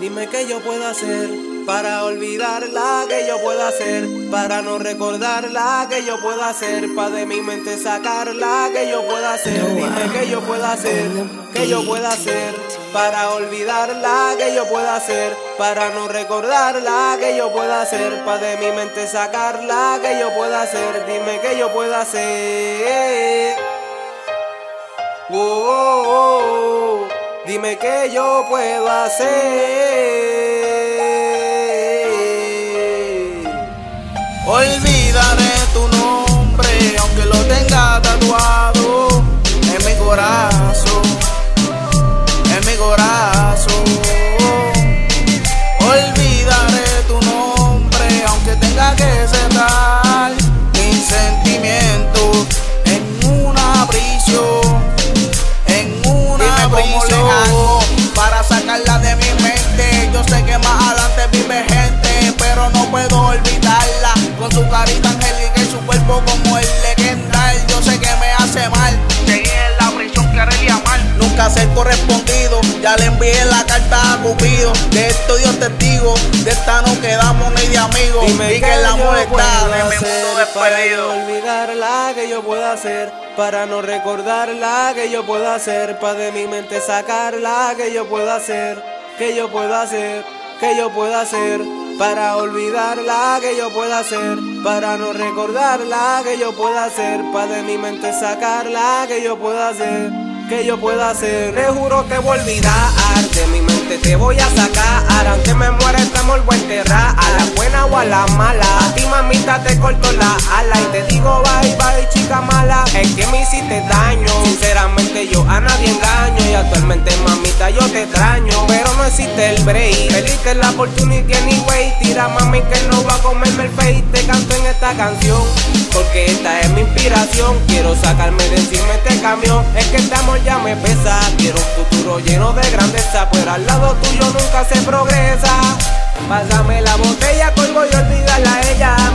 Dime qué yo puedo hacer para olvidarla, que yo puedo hacer para no recordarla, que yo puedo hacer para de mi mente sacarla, que yo puedo hacer. Dime qué yo puedo hacer, que yo puedo hacer para olvidarla, que yo puedo hacer para no recordarla, que yo puedo hacer para de mi mente sacarla, que yo puedo hacer. Dime qué yo puedo hacer. Dime qué yo puedo hacer. Olvidaré tu nombre, aunque lo tenga tatuado en mi corazón, en mi corazón. Olvidaré tu nombre, aunque tenga que cerrar mis sentimientos en una prisión, en una prisión. Para sacarla de mi mente, yo sé que más adelante vive gente, pero no puedo olvidarla. Con su carita angélica y su cuerpo como el legendal, yo sé que me hace mal. Seguí en la prisión, quererle amar, nunca ser correspondido. Ya le envié la carta a Cupido, de esto Dios testigo, de esta no quedamos ni de amigos. Dime y que el amor está en mi mundo para despedido. no olvidarla, que yo puedo hacer para no recordarla, que yo puedo hacer para de mi mente sacarla, que yo puedo hacer, que yo puedo hacer, que yo puedo hacer para olvidarla, que yo puedo hacer para no recordarla, que yo puedo hacer para de mi mente sacarla, que yo puedo hacer, que yo puedo hacer. Te juro que voy a olvidar, de mi mente te voy a sacar. Antes me muera este amor voy a enterrar, a la buena o a la mala. A ti mamita te corto la ala y te digo bye bye chica mala. Es que me hiciste daño, sinceramente yo a nadie engaño. Y actualmente mamita yo te extraño, pero no existe el break. Perdiste la oportunidad anyway. Tira mami que no va a comerme el face. Te canto en esta canción porque esta es mi inspiración. Quiero sacarme de encima este camión, es que este amor ya me pesa. Quiero un futuro lleno de grandeza, pero al lado tuyo nunca se progresa. Pásame la botella que hoy voy a olvidarla a ella.